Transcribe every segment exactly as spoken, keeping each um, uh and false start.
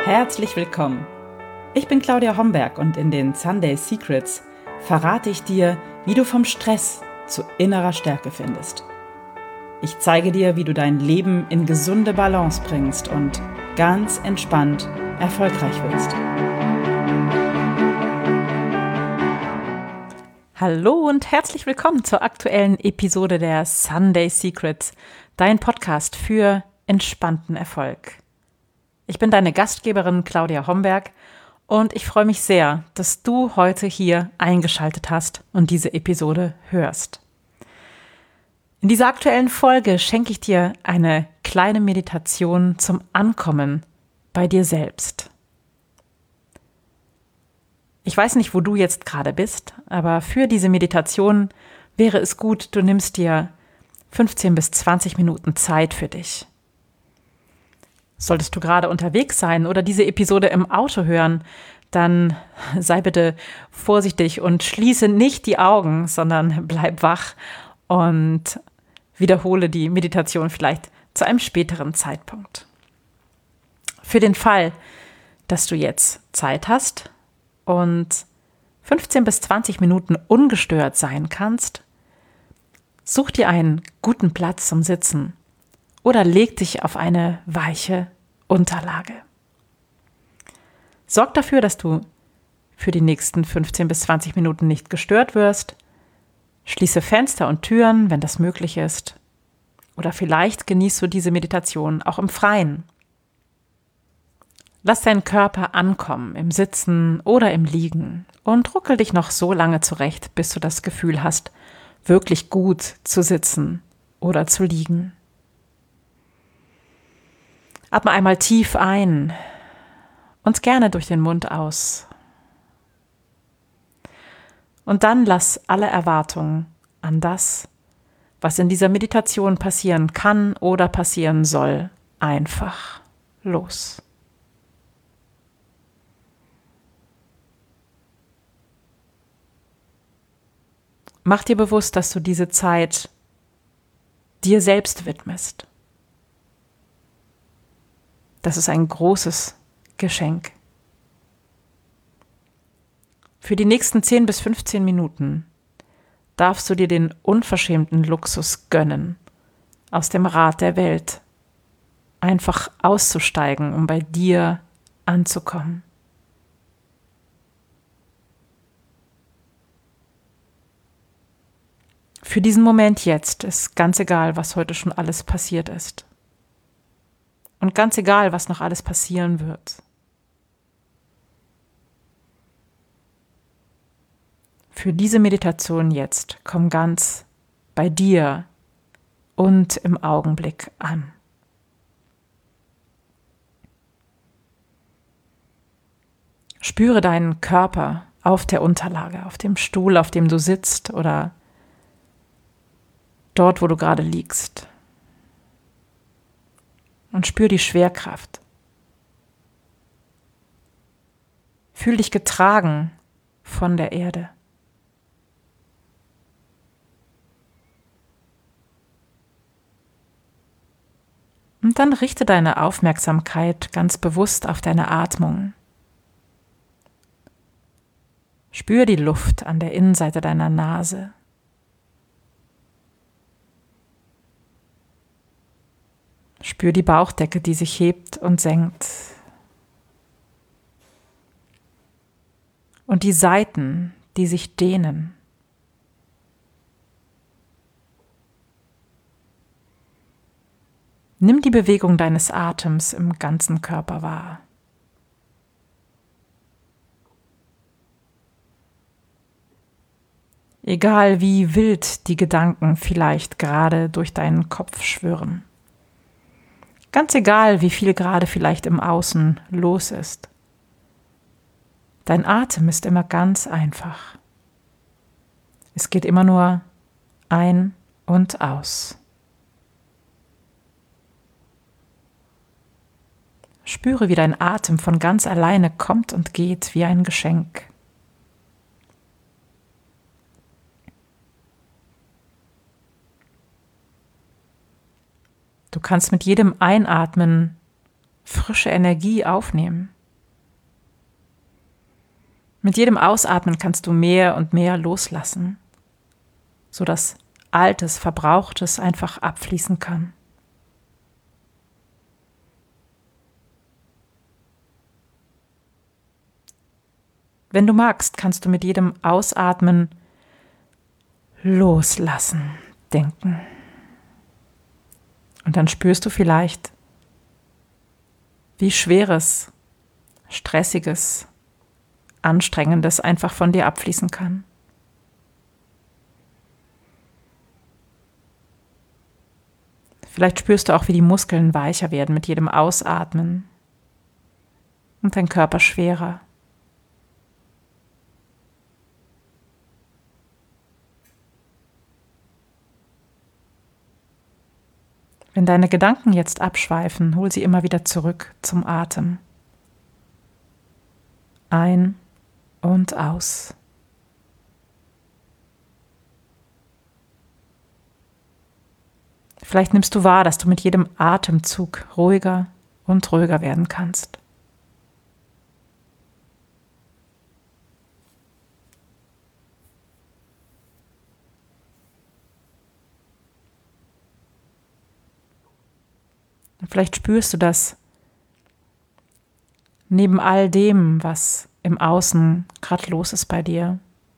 herzlich willkommen. Ich bin Claudia Homberg und in den Sunday Secrets verrate ich dir, wie du vom Stress zu innerer Stärke findest. Ich zeige dir, wie du dein Leben in gesunde Balance bringst und ganz entspannt erfolgreich wirst. Hallo und herzlich willkommen zur aktuellen Episode der Sunday Secrets, dein Podcast für entspannten Erfolg. Ich bin deine Gastgeberin Claudia Homberg und ich freue mich sehr, dass du heute hier eingeschaltet hast und diese Episode hörst. In dieser aktuellen Folge schenke ich dir eine kleine Meditation zum Ankommen bei dir selbst. Ich weiß nicht, wo du jetzt gerade bist, aber für diese Meditation wäre es gut, du nimmst dir fünfzehn bis zwanzig Minuten Zeit für dich. Solltest du gerade unterwegs sein oder diese Episode im Auto hören, dann sei bitte vorsichtig und schließe nicht die Augen, sondern bleib wach und wiederhole die Meditation vielleicht zu einem späteren Zeitpunkt. Für den Fall, dass du jetzt Zeit hast und fünfzehn bis zwanzig Minuten ungestört sein kannst, such dir einen guten Platz zum Sitzen oder leg dich auf eine weiche Unterlage. Sorg dafür, dass du für die nächsten fünfzehn bis zwanzig Minuten nicht gestört wirst. Schließe Fenster und Türen, wenn das möglich ist. Oder vielleicht genießt du diese Meditation auch im Freien. Lass deinen Körper ankommen, im Sitzen oder im Liegen und ruckel dich noch so lange zurecht, bis du das Gefühl hast, wirklich gut zu sitzen oder zu liegen. Atme einmal tief ein und gerne durch den Mund aus. Und dann lass alle Erwartungen an das, was in dieser Meditation passieren kann oder passieren soll, einfach los. Mach dir bewusst, dass du diese Zeit dir selbst widmest. Das ist ein großes Geschenk. Für die nächsten zehn bis fünfzehn Minuten darfst du dir den unverschämten Luxus gönnen, aus dem Rad der Welt einfach auszusteigen, um bei dir anzukommen. Für diesen Moment jetzt ist ganz egal, was heute schon alles passiert ist. Und ganz egal, was noch alles passieren wird. Für diese Meditation jetzt komm ganz bei dir und im Augenblick an. Spüre deinen Körper auf der Unterlage, auf dem Stuhl, auf dem du sitzt oder dort, wo du gerade liegst. Und spür die Schwerkraft. Fühl dich getragen von der Erde. Und dann richte deine Aufmerksamkeit ganz bewusst auf deine Atmung. Spür die Luft an der Innenseite deiner Nase. Spür die Bauchdecke, die sich hebt und senkt. Und die Seiten, die sich dehnen. Nimm die Bewegung deines Atems im ganzen Körper wahr. Egal wie wild die Gedanken vielleicht gerade durch deinen Kopf schwirren. Ganz egal, wie viel gerade vielleicht im Außen los ist. Dein Atem ist immer ganz einfach. Es geht immer nur ein und aus. Spüre, wie dein Atem von ganz alleine kommt und geht wie ein Geschenk. Du kannst mit jedem Einatmen frische Energie aufnehmen. Mit jedem Ausatmen kannst du mehr und mehr loslassen, sodass Altes, Verbrauchtes einfach abfließen kann. Wenn du magst, kannst du mit jedem Ausatmen loslassen denken. Und dann spürst du vielleicht, wie Schweres, Stressiges, Anstrengendes einfach von dir abfließen kann. Vielleicht spürst du auch, wie die Muskeln weicher werden mit jedem Ausatmen und dein Körper schwerer. Wenn deine Gedanken jetzt abschweifen, hol sie immer wieder zurück zum Atem. Ein und aus. Vielleicht nimmst du wahr, dass du mit jedem Atemzug ruhiger und ruhiger werden kannst. Und vielleicht spürst du, dass neben all dem, was im Außen gerade los ist bei dir,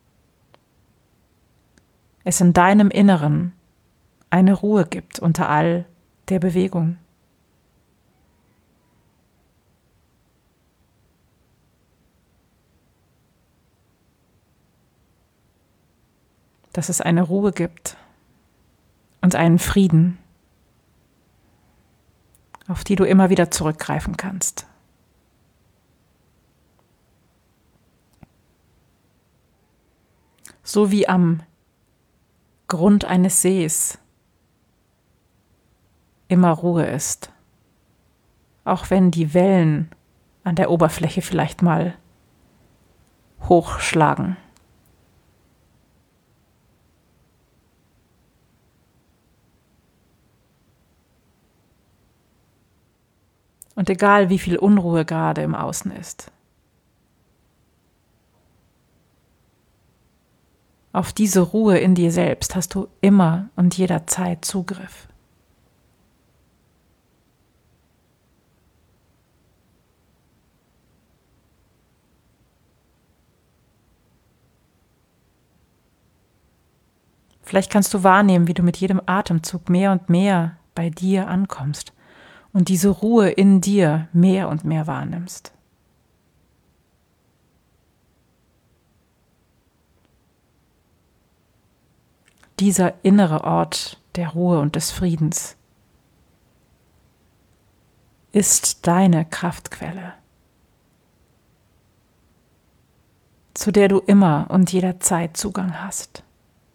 es in deinem Inneren eine Ruhe gibt unter all der Bewegung. Dass es eine Ruhe gibt und einen Frieden, auf die du immer wieder zurückgreifen kannst. So wie am Grund eines Sees immer Ruhe ist, auch wenn die Wellen an der Oberfläche vielleicht mal hochschlagen. Und egal, wie viel Unruhe gerade im Außen ist, auf diese Ruhe in dir selbst hast du immer und jederzeit Zugriff. Vielleicht kannst du wahrnehmen, wie du mit jedem Atemzug mehr und mehr bei dir ankommst und diese Ruhe in dir mehr und mehr wahrnimmst. Dieser innere Ort der Ruhe und des Friedens ist deine Kraftquelle, zu der du immer und jederzeit Zugang hast.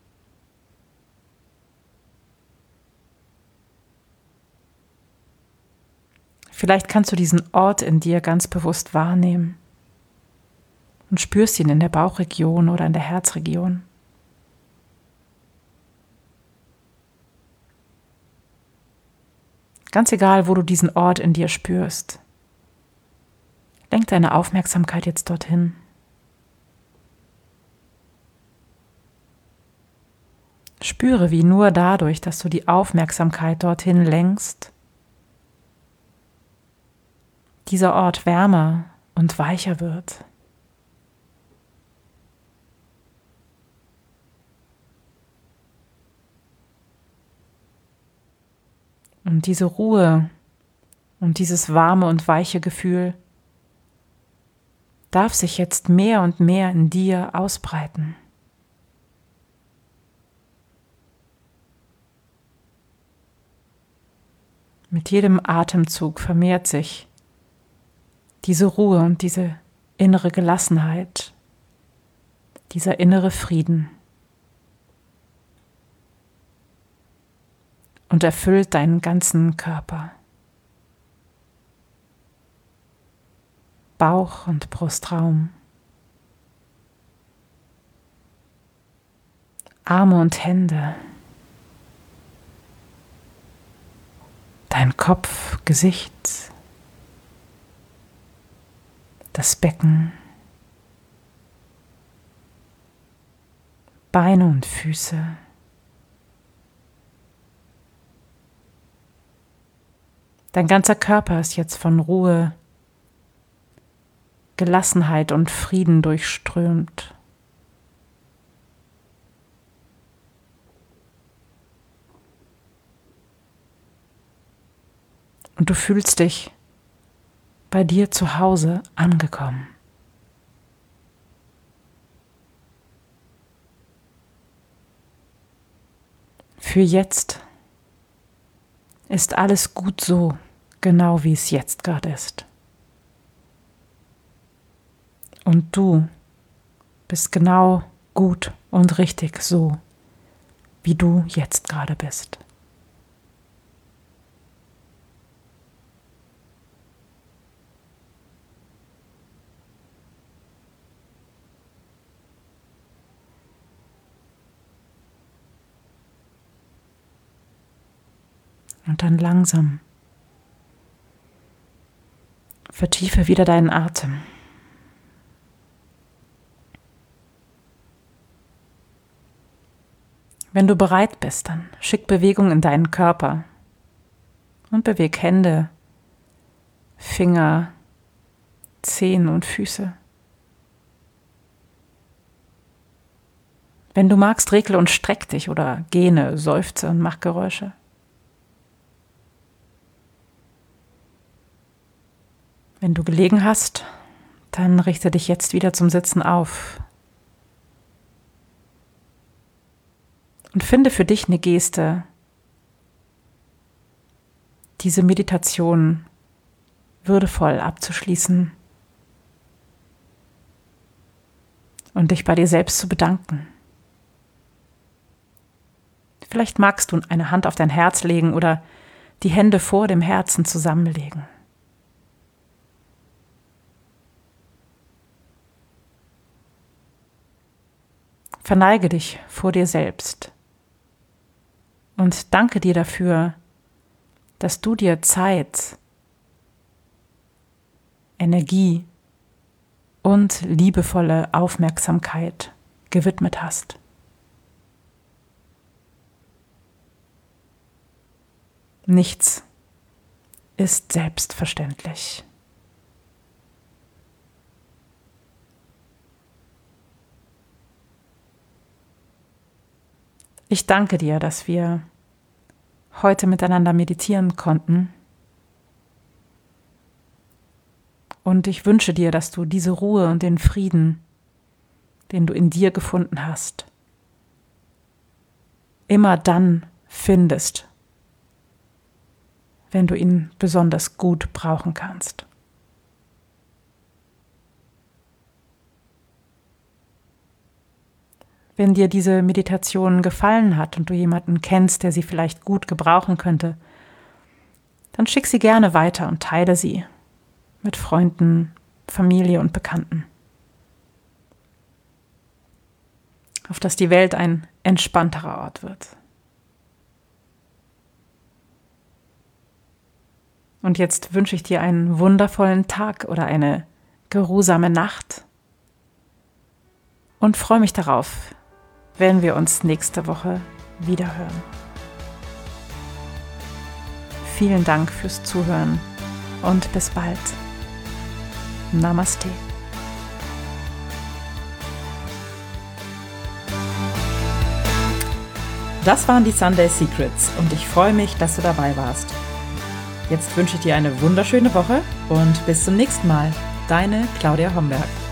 Vielleicht kannst du diesen Ort in dir ganz bewusst wahrnehmen und spürst ihn in der Bauchregion oder in der Herzregion. Ganz egal, wo du diesen Ort in dir spürst, lenk deine Aufmerksamkeit jetzt dorthin. Spüre, wie nur dadurch, dass du die Aufmerksamkeit dorthin lenkst, dieser Ort wärmer und weicher wird. Und diese Ruhe und dieses warme und weiche Gefühl darf sich jetzt mehr und mehr in dir ausbreiten. Mit jedem Atemzug vermehrt sich diese Ruhe und diese innere Gelassenheit, dieser innere Frieden und erfüllt deinen ganzen Körper. Bauch- und Brustraum, Arme und Hände, dein Kopf, Gesicht, das Becken, Beine und Füße. Dein ganzer Körper ist jetzt von Ruhe, Gelassenheit und Frieden durchströmt. Und du fühlst dich bei dir zu Hause angekommen. Für jetzt ist alles gut so, genau wie es jetzt gerade ist. Und du bist genau gut und richtig so, wie du jetzt gerade bist. Und dann langsam vertiefe wieder deinen Atem. Wenn du bereit bist, dann schick Bewegung in deinen Körper und beweg Hände, Finger, Zehen und Füße. Wenn du magst, regle und streck dich oder gähne, seufze und mach Geräusche. Wenn du gelegen hast, dann richte dich jetzt wieder zum Sitzen auf. Und finde für dich eine Geste, diese Meditation würdevoll abzuschließen und dich bei dir selbst zu bedanken. Vielleicht magst du eine Hand auf dein Herz legen oder die Hände vor dem Herzen zusammenlegen. Verneige dich vor dir selbst und danke dir dafür, dass du dir Zeit, Energie und liebevolle Aufmerksamkeit gewidmet hast. Nichts ist selbstverständlich. Ich danke dir, dass wir heute miteinander meditieren konnten. Und ich wünsche dir, dass du diese Ruhe und den Frieden, den du in dir gefunden hast, immer dann findest, wenn du ihn besonders gut brauchen kannst. Wenn dir diese Meditation gefallen hat und du jemanden kennst, der sie vielleicht gut gebrauchen könnte, dann schick sie gerne weiter und teile sie mit Freunden, Familie und Bekannten. Auf dass die Welt ein entspannterer Ort wird. Und jetzt wünsche ich dir einen wundervollen Tag oder eine geruhsame Nacht und freue mich darauf, wenn wir uns nächste Woche wiederhören. Vielen Dank fürs Zuhören und bis bald. Namaste. Das waren die Sunday Secrets und ich freue mich, dass du dabei warst. Jetzt wünsche ich dir eine wunderschöne Woche und bis zum nächsten Mal. Deine Claudia Homberg.